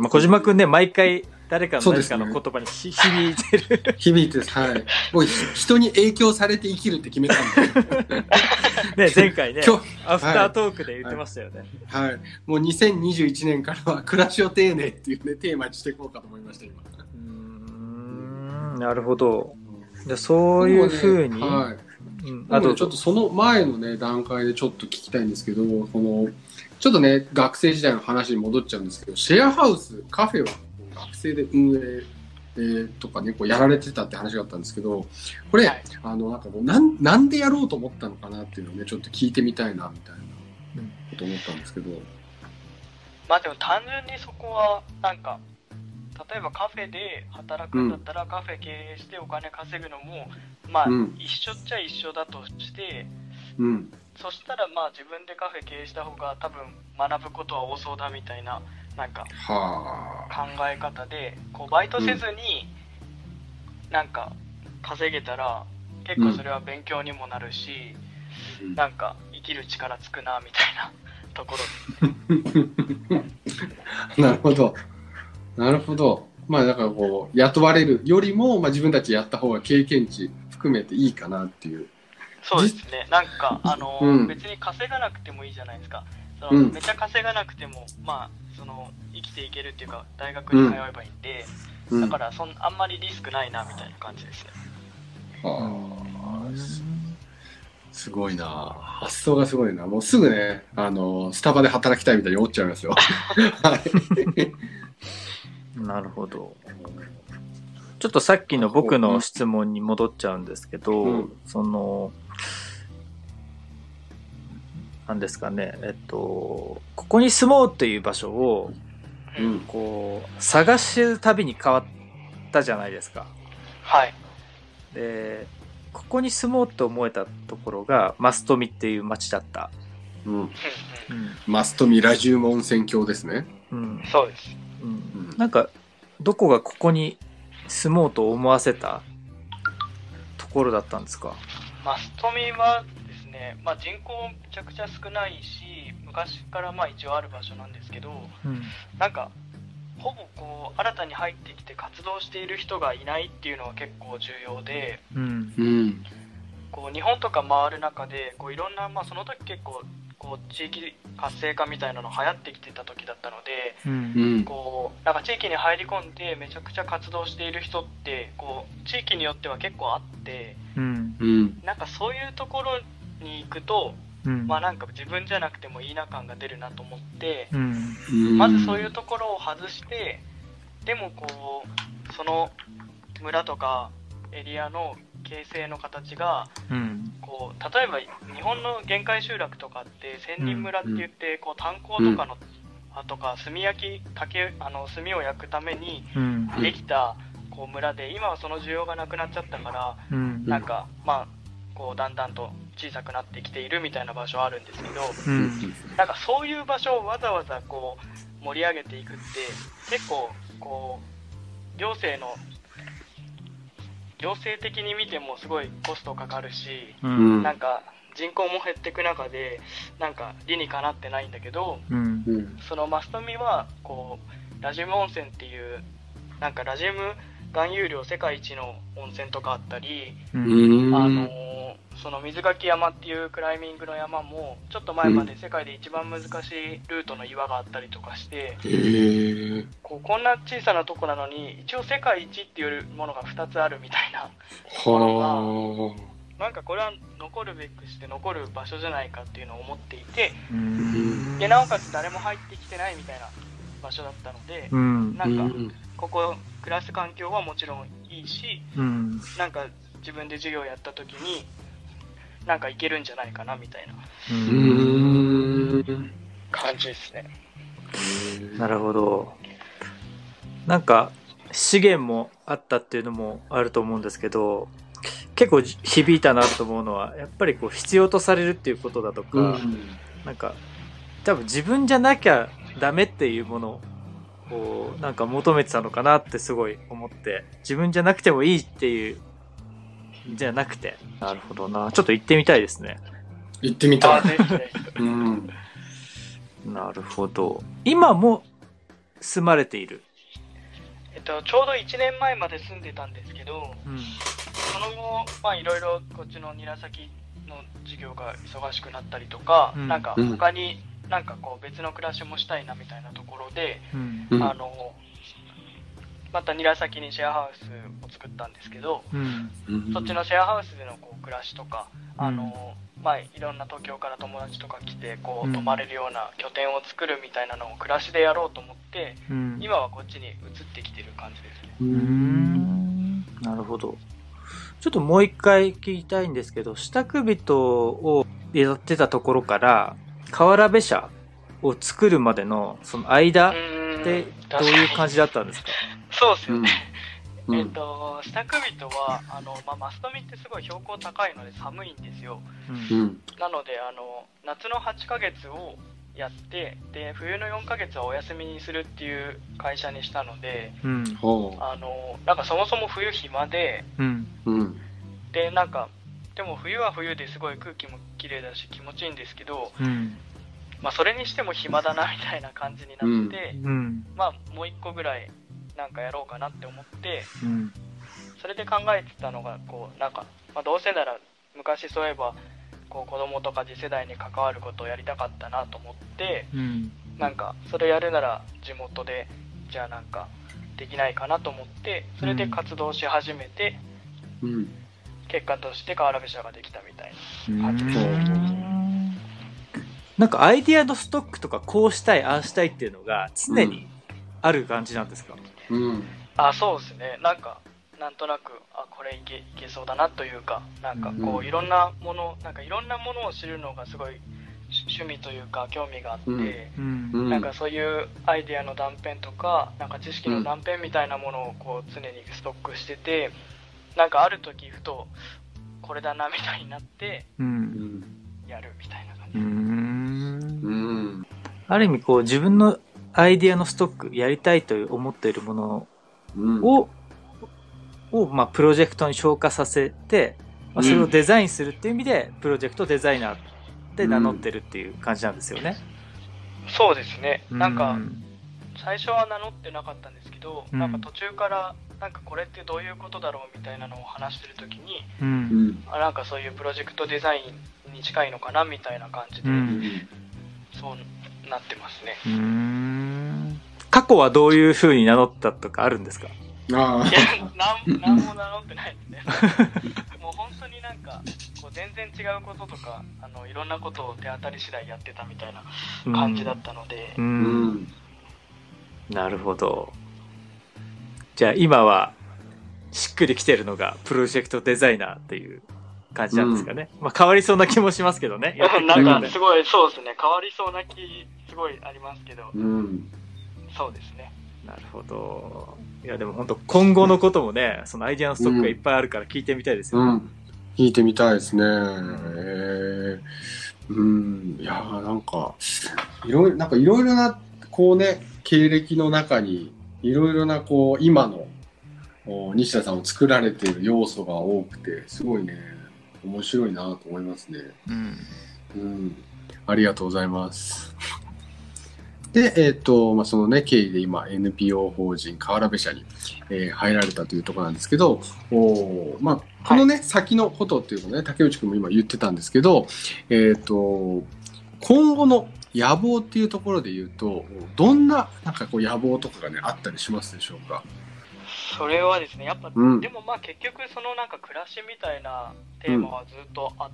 まあ、小島くんね、毎回誰かの何かの言葉に、ね、響いてる。 響いてる。はい。もう人に影響されて生きるって決めたんで。 ね、前回ね、アフタートークで言ってましたよね。 はい。はいはい、もうにせんにじゅういちねんからは暮らしを丁寧っていうね、テーマにしていこうかと思いました、今。 うーん、なるほど。でそういうふうに。はい。うん、 あとちょっとその前のね、段階でちょっと聞きたいんですけど、この、ちょっとね、学生時代の話に戻っちゃうんですけど、シェアハウス、カフェは学生で運営、えー、とかね、こうやられてたって話があったんですけど、これ、はい、あの、なんかこうなん、なんでやろうと思ったのかなっていうのをね、ちょっと聞いてみたいな、みたいなこと思ったんですけど。うん、 まあでも単純にそこは、なんか、例えばカフェで働くんだったら、うん、カフェ経営してお金稼ぐのも、まあ、うん、一緒っちゃ一緒だとして、うん、そしたらまあ自分でカフェ経営した方が多分学ぶことは多そうだみたいななんか考え方でこうバイトせずになんか稼げたら結構それは勉強にもなるし、うん、なんか生きる力つくなみたいなところですなるほどなるほど。まあだからこう雇われるよりも、まあ、自分たちやった方が経験値含めていいかなっていう。 そうですね。なんかあの、うん、別に稼がなくてもいいじゃないですか。その、うん、めっちゃ稼がなくてもまあその生きていけるっていうか大学に通えばいいんで、うん、だからそんあんまりリスクないなみたいな感じですね。 はあ、すごいな。発想がすごいな。もうすぐねあのスタバで働きたいみたいに思っちゃいますよ。はい。 なるほど。ちょっとさっきの僕の質問に戻っちゃうんですけど、うん、そのなんですかね、えっとここに住もうという場所を、うん、こう探す旅に変わったじゃないですか。 はい。 で、ここに住もうと思えたところが増富っていう町だった。 うん。うん、増富ラジウム温泉郷ですね。 うん。そうです。 うん。なんかどこがここに住もうと思わせたところだったんですか？ 増富はですね、まあ、人口めちゃくちゃ少ないし昔からまあ一応ある場所なんですけど、うん、なんかほぼこう新たに入ってきて活動している人がいないっていうのは結構重要で、うん、こう日本とか回る中でこういろんな、まあ、その時結構ここう地域活性化みたいなの流行ってきてた時だったので、 うん、 こうなんか地域に入り込んでめちゃくちゃ活動している人ってこう地域によっては結構あって、 うん、 なんかそういうところに行くと、うん、まあなんか自分じゃなくてもいいな感が出るなと思って、うん、まずそういうところを外して、でもこうその村とかエリアの形成の形が、うん、こう例えば日本の限界集落とかって千人村って言って、うん、こう炭鉱とかの、うん、とか炭焼き竹あの炭を焼くためにできたこう村で、今はその需要がなくなっちゃったから、うん、なんかまあこうだんだんと小さくなってきているみたいな場所あるんですけど、うん、なんかそういう場所をわざわざこう盛り上げていくって結構こう行政の行政的に見てもすごいコストかかるし、うん、なんか人口も減っていく中でなんか理にかなってないんだけど、うん、そのマストミはこうラジウム温泉っていうなんかラジウム含有量世界一の温泉とかあったり、うん、あのその水垣山っていうクライミングの山もちょっと前まで世界で一番難しいルートの岩があったりとかして、うん、こうこんな小さなとこなのに一応世界一っていうものがふたつあるみたいなものがなんかこれは残るべくして残る場所じゃないかっていうのを思っていて、うん、でなおかつ誰も入ってきてないみたいな場所だったので、うん、なんかここ暮らす環境はもちろんいいし、うん、なんか自分で授業やった時になんかいけるんじゃないかなみたいな感じですね。 なるほど。なんか資源もあったっていうのもあると思うんですけど、結構響いたなと思うのはやっぱりこう必要とされるっていうことだとか、うん、なんか多分自分じゃなきゃダメっていうものをなんか求めてたのかなってすごい思って、自分じゃなくてもいいっていうじゃなくて、なるほどな、ちょっと行ってみたいですね。 行ってみたい。 うん、なるほど。今も住まれている？ えっとちょうどいちねんまえまで住んでたんですけど、うん、その後まあいろいろこっちの韮崎の授業が忙しくなったりとか、うん、なんか他になんかこう別の暮らしもしたいなみたいなところで、うん、あのまた韮崎にシェアハウスを作ったんですけど、うん、そっちのシェアハウスでのこう暮らしとか、うん、あのまあ、いろんな東京から友達とか来てこう泊まれるような拠点を作るみたいなのを暮らしでやろうと思って、うん、今はこっちに移ってきてる感じですね。 うーん、なるほど。ちょっともう一回聞きたいんですけど、支度人をやってたところから河原部社を作るまでのその間ってどういう感じだったんですか？ そうですよね。うん、えっと、支度人は、あの、まあ、マストミってすごい標高高いので寒いんですよ。うん、なので、あの、夏のはちかげつをやって、で、冬のよんかげつはお休みにするっていう会社にしたので、うん、あの、なんかそもそも冬暇で、うん、で、なんか、でも冬は冬ですごい空気も綺麗だし気持ちいいんですけど、うん、まあ、それにしても暇だなみたいな感じになって、うん、まあ、もう一個ぐらい、なんかやろうかなって思って、うん、それで考えてたのがこうなんか、まあ、どうせなら昔そういえばこう子供とか次世代に関わることをやりたかったなと思って、うん、なんかそれやるなら地元でじゃあなんかできないかなと思ってそれで活動し始めて、うん、結果として河原部社ができたみたいな感じです。 なんかアイディアのストックとかこうしたいああしたいっていうのが常にある感じなんですか？ うん、あ、そうですね。なんかなんとなくあこれいけいけそうだなというか、なんかこういろんなものなんかいろんなものを知るのがすごい趣味というか興味があって、うんうん、なんかそういうアイデアの断片とかなんか知識の断片みたいなものをこう常にストックしてて、なんかある時ふとこれだなみたいになってやるみたいな感じ。うん、 ある意味こう自分のアイディアのストックやりたいと思っているものを、うん、をまあプロジェクトに消化させて、まあ、それをデザインするっていう意味で、うん、プロジェクトデザイナーって名乗ってるっていう感じなんですよね。 うん、そうですね。なんか最初は名乗ってなかったんですけど、うん、なんか途中からなんかこれってどういうことだろうみたいなのを話してるときに、 うん、 あなんかそういうプロジェクトデザインに近いのかなみたいな感じで、うん、そうなってますね。 うーん、過去はどういう風に名乗ったとかあるんですか？ あいや、なん何も名乗ってないですね。もう本当になんかこう全然違うこととか、あのいろんなことを手当たり次第やってたみたいな感じだったので、 うんうん、なるほど。じゃあ今はしっくりきてるのがプロジェクトデザイナーっていう感じなんですかね。うん、まあ変わりそうな気もしますけどね。 やってなんかすごいそうですね、変わりそうな気すごいありますけど、うん、そうですね。 なるほど。いやでも本当今後のこともね、そのアイデアのストックがいっぱいあるから聞いてみたいですよね。うんうん、 聞いてみたいですね。うん、えー、うん、いやなんかいろいろなんかいろいろなこうね経歴の中にいろいろなこう今の西田さんを作られている要素が多くてすごいね面白いなと思いますね。うん、うん、ありがとうございます。で、えーとまあ、そのね経緯で今 エヌピーオー 法人河原部社に、えー、入られたというところなんですけど、お、まあ、このね、はい、先のことっていうのね竹内君も今言ってたんですけど、えーと今後の野望っていうところで言うとどんななんかこう野望とかがねあったりしますでしょうか？ それはですねやっぱ、うん、でもまあ結局そのなんか暮らしみたいなテーマはずっとあって、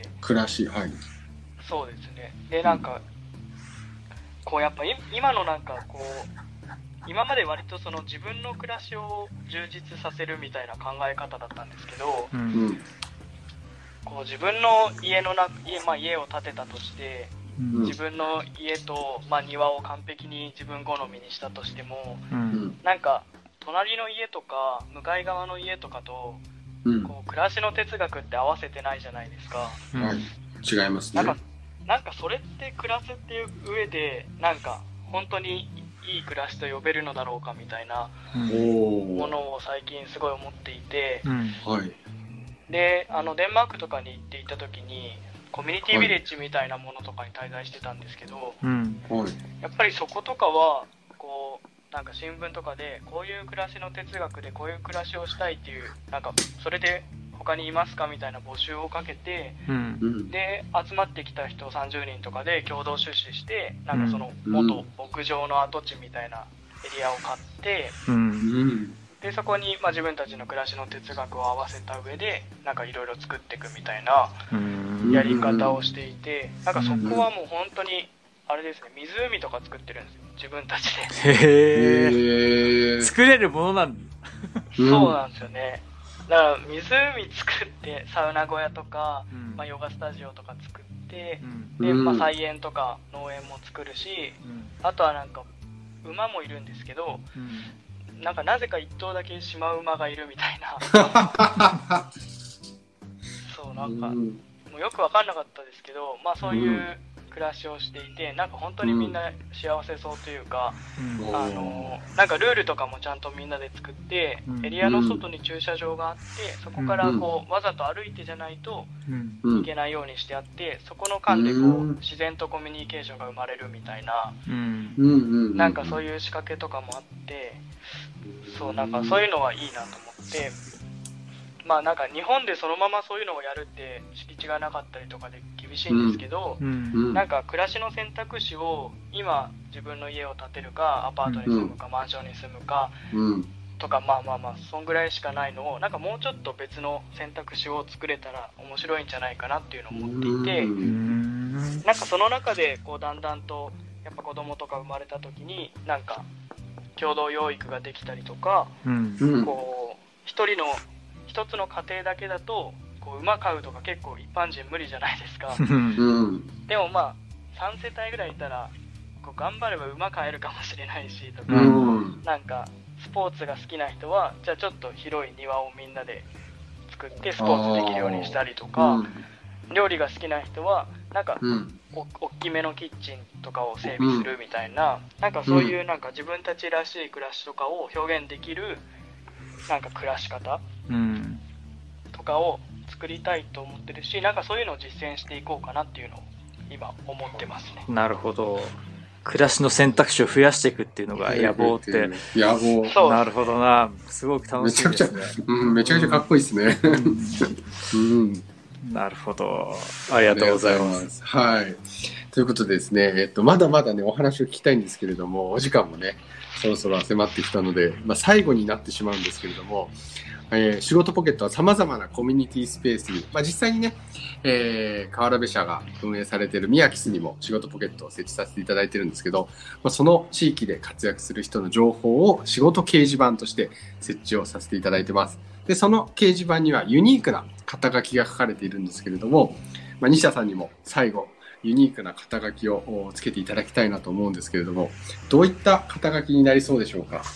うん、暮らし、はい、 そうですね。でなんか、うん、こうやっぱ今のなんかこう今まで割とその自分の暮らしを充実させるみたいな考え方だったんですけど、うん、こう自分の家のな家、まあ、家を建てたとしてうん、自分の家と、まあ、庭を完璧に自分好みにしたとしても、うん、なんか隣の家とか向かい側の家とかと、うん、こう暮らしの哲学って合わせてないじゃないですか、 うん、はい、違いますね。 なんか、なんかそれって暮らすっていう上でなんか本当にいい暮らしと呼べるのだろうかみたいなものを最近すごい思っていて、うん、はい、であのデンマークとかに行っていた時にコミュニティビレッジみたいなものとかに滞在してたんですけど、はい、やっぱりそことかはこうなんか新聞とかでこういう暮らしの哲学でこういう暮らしをしたいっていうなんかそれで他にいますかみたいな募集をかけて、うん、で集まってきた人さんじゅうにんとかで共同出資してなんかその元牧場の跡地みたいなエリアを買って、うん、でそこにまあ自分たちの暮らしの哲学を合わせた上でなんかいろいろ作っていくみたいなやり方をしていて、なんかそこはもう本当にあれですね、湖とか作ってるんですよ自分たちで。 へー、作れるものなんだ。 そうなんですよね。だから湖作ってサウナ小屋とか、うんまあ、ヨガスタジオとか作って、うん、で、まあ、菜園とか農園も作るし、うん、あとはなんか馬もいるんですけど、うん、なんかなぜか一頭だけシマウマがいるみたいなそうなんか、うん、もうよく分かんなかったですけど、まあそういう暮らしをしていて、なんか本当にみんな幸せそうというか、うん、あのなんかルールとかもちゃんとみんなで作って、うん、エリアの外に駐車場があって、そこからこうわざと歩いてじゃないと行けないようにしてあって、そこの間でこう自然とコミュニケーションが生まれるみたいな、うん、なんかそういう仕掛けとかもあって、そうなんかそういうのはいいなと思って。まあなんか日本でそのままそういうのをやるって敷地がなかったりとかで厳しいんですけど、うん、なんか暮らしの選択肢を今自分の家を建てるかアパートに住むか、うん、マンションに住むか、うん、とかまあまあまあそんぐらいしかないのをなんかもうちょっと別の選択肢を作れたら面白いんじゃないかなっていうのを思っていて、うん、なんかその中でこうだんだんとやっぱ子供とか生まれた時になんか共同養育ができたりとか、うん、こう一人の一つの家庭だけだとこう馬飼うとか結構一般人無理じゃないですか、うん、でもまあさん世帯ぐらいいたらこう頑張れば馬飼えるかもしれないしとか、うん、なんかスポーツが好きな人はじゃあちょっと広い庭をみんなで作ってスポーツできるようにしたりとか、うん、料理が好きな人はなんか、うん、お大きめのキッチンとかを整備するみたいな、うん、なんかそういうなんか自分たちらしい暮らしとかを表現できるなんか暮らし方、うん、とかを作りたいと思ってるし、なんかそういうのを実践していこうかなっていうのを今思ってますね。 なるほど。 暮らしの選択肢を増やしていくっていうのが野望って。 野望。 なるほどな。すごく楽しいですね。 めちゃくちゃ、うん、めちゃくちゃかっこいいですね。うん。 なるほど。ありがとうございます。 はい。ということでですね、えっと、まだまだね、お話を聞きたいんですけれども、お時間もね、そろそろ迫ってきたので、まあ、最後になってしまうんですけれども、えー、仕事ポケットは様々なコミュニティスペースに、まあ、実際にね、えー、河原部社が運営されているミヤキスにも仕事ポケットを設置させていただいてるんですけど、まあ、その地域で活躍する人の情報を仕事掲示板として設置をさせていただいてます。で、その掲示板にはユニークな肩書きが書かれているんですけれども、まあ、西田さんにも最後、ユニークな肩書きをつけていただきたいなと思うんですけれども、どういった肩書きになりそうでしょうか？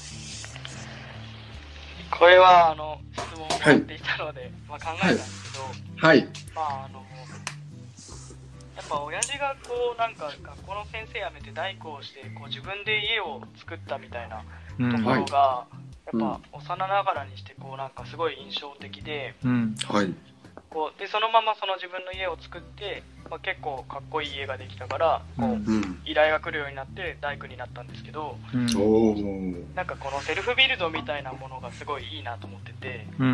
これはあの質問をもらっていたので、はい、まあ、考えたんですけど、 はい、 まああのやっぱ親父がこうなんか学校の先生辞めて代行してこう自分で家を作ったみたいなところが、うん、やっぱ幼ながらにしてこうなんかすごい印象的で、 うん、 はい、 こうでそのままその自分の家を作って、まあ、結構かっこいい家ができたからこう、うん、依頼が来るようになって大工になったんですけど、 うん、 なんかこのセルフビルドみたいなものがすごいいいなと思ってて、 うん、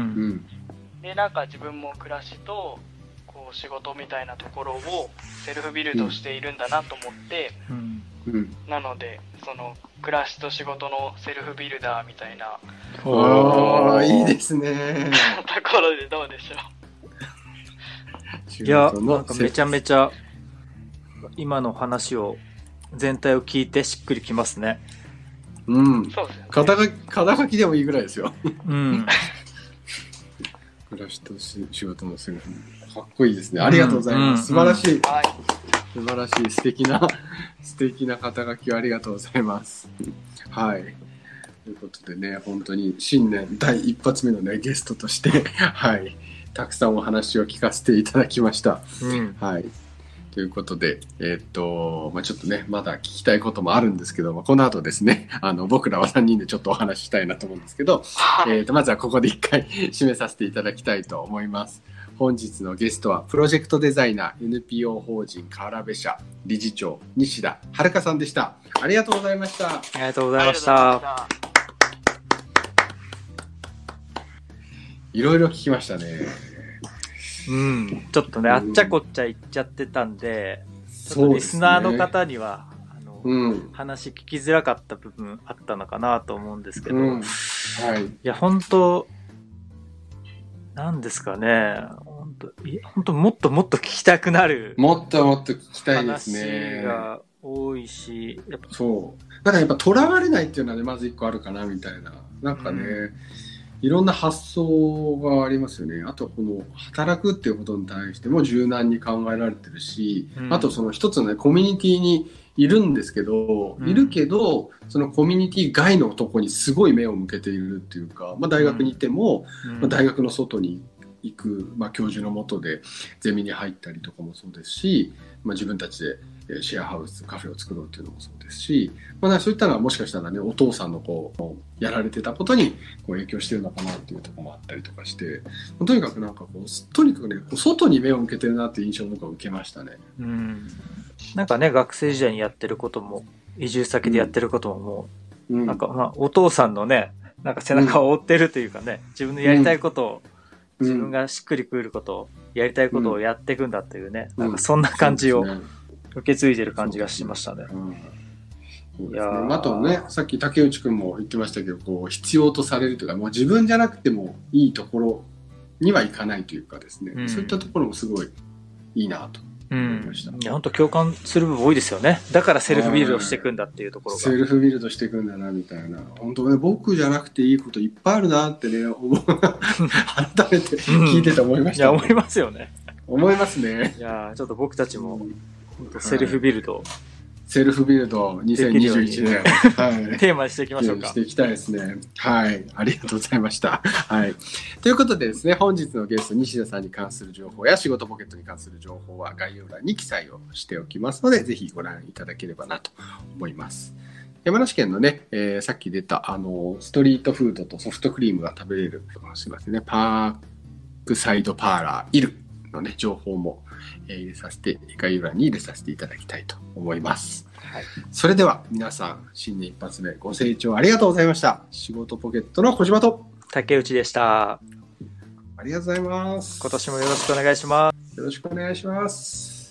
でなんか自分も暮らしとこう仕事みたいなところをセルフビルドしているんだなと思って、 うんうん、 なのでその暮らしと仕事のセルフビルダーみたいな、 おー、いいですねところでどうでしょう。いや、なんかめちゃめちゃ今の話を全体を聞いてしっくりきますね。 うん。 そうですよね。 肩書き、肩書きでもいいぐらいですよ。 うん。 暮らしと仕事のセルフ、かっこいいですね。ありがとうございます。うん、素晴らしい。 はい。 素晴らしい素敵な素敵な肩書きをありがとうございます。はい。ということでね、本当に新年第一発目のねゲストとしてはい、たくさんお話を聞かせていただきました。 うん、 はい。ということで、えーっとまあ、ちょっとねまだ聞きたいこともあるんですけども、この後ですね、あの僕らはさんにんでちょっとお話ししたいなと思うんですけど、えーっとまずはここで一回締めさせていただきたいと思います。本日のゲストはプロジェクトデザイナー エヌピーオー 法人河原部社理事長西田遥さんでした。ありがとうございました。 ありがとうございました。 いろいろ聞きましたね。 うん、ちょっとね、あっちゃこっちゃ言っちゃってたんで、ちょっとリスナーの方には、あの、うん、話聞きづらかった部分あったのかなと思うんですけど、うん、 はい。 いや、本当なんですかね、本当本当もっともっと聞きたくなる。 もっともっと聞きたいですね。 話が多いし、 やっぱそう。だからやっぱ囚われないっていうのはね、まず一個あるかなみたいな。なんかね、うんいろんな発想がありますよね。あとこの働くっていうことに対しても柔軟に考えられてるし、うん、あとその一つのねコミュニティにいるんですけど、うん、いるけどそのコミュニティ外のとこにすごい目を向けているっていうか、まあ、大学にいても、うんまあ、大学の外に行く、まあ、教授の下でゼミに入ったりとかもそうですし、まあ、自分たちでシェアハウスカフェを作ろうっていうのもそうですし、まあ、そういったのはもしかしたらねお父さんのこうやられてたことにこう影響してるのかなっていうところもあったりとかして、とにかくなんかこうとにかくねこう外に目を向けてるなっていう印象を僕は受けましたね。 うん、なんかね学生時代にやってることも移住先でやってることももう、うん、なんかまあお父さんのねなんか背中を追ってるというかね、自分のやりたいことを、うん、自分がしっくりくることをやりたいことをやっていくんだというね、うん、なんかそんな感じを、うん受け継いでる感じがしましたね。 うん、いやあとねさっき竹内くんも言ってましたけどこう必要とされるというかもう自分じゃなくてもいいところにはいかないというかですね、うん、そういったところもすごいいいなと思いました。 うん、いや本当共感する部分多いですよね。だからセルフビルドしていくんだっていうところが。 セルフビルドしていくんだなみたいな。本当ね僕じゃなくていいこといっぱいあるなってね思う改めて聞いてて思いました、 ねうん。いや思いますよね。 思いますね。 いやちょっと僕たちも。うんセルフビルド、はい、 セルフビルドにせんにじゅういちねん、はい、 テーマにしていきましょうか。 していきたいですね。はい、ありがとうございました。はい、ということでですね、本日のゲスト西田さんに関する情報や仕事ポケットに関する情報は概要欄に記載をしておきますので、ぜひご覧いただければなと思います。山梨県のね、えー、さっき出たあのストリートフードとソフトクリームが食べれるすみませんね、パークサイドパーラーイルのね情報も入れさせて概要欄に入れさせていただきたいと思います。 はい、 それでは皆さん、新年一発目ご清聴ありがとうございました。仕事ポケットの小島と竹内でした。 ありがとうございます。 今年もよろしくお願いします。 よろしくお願いします。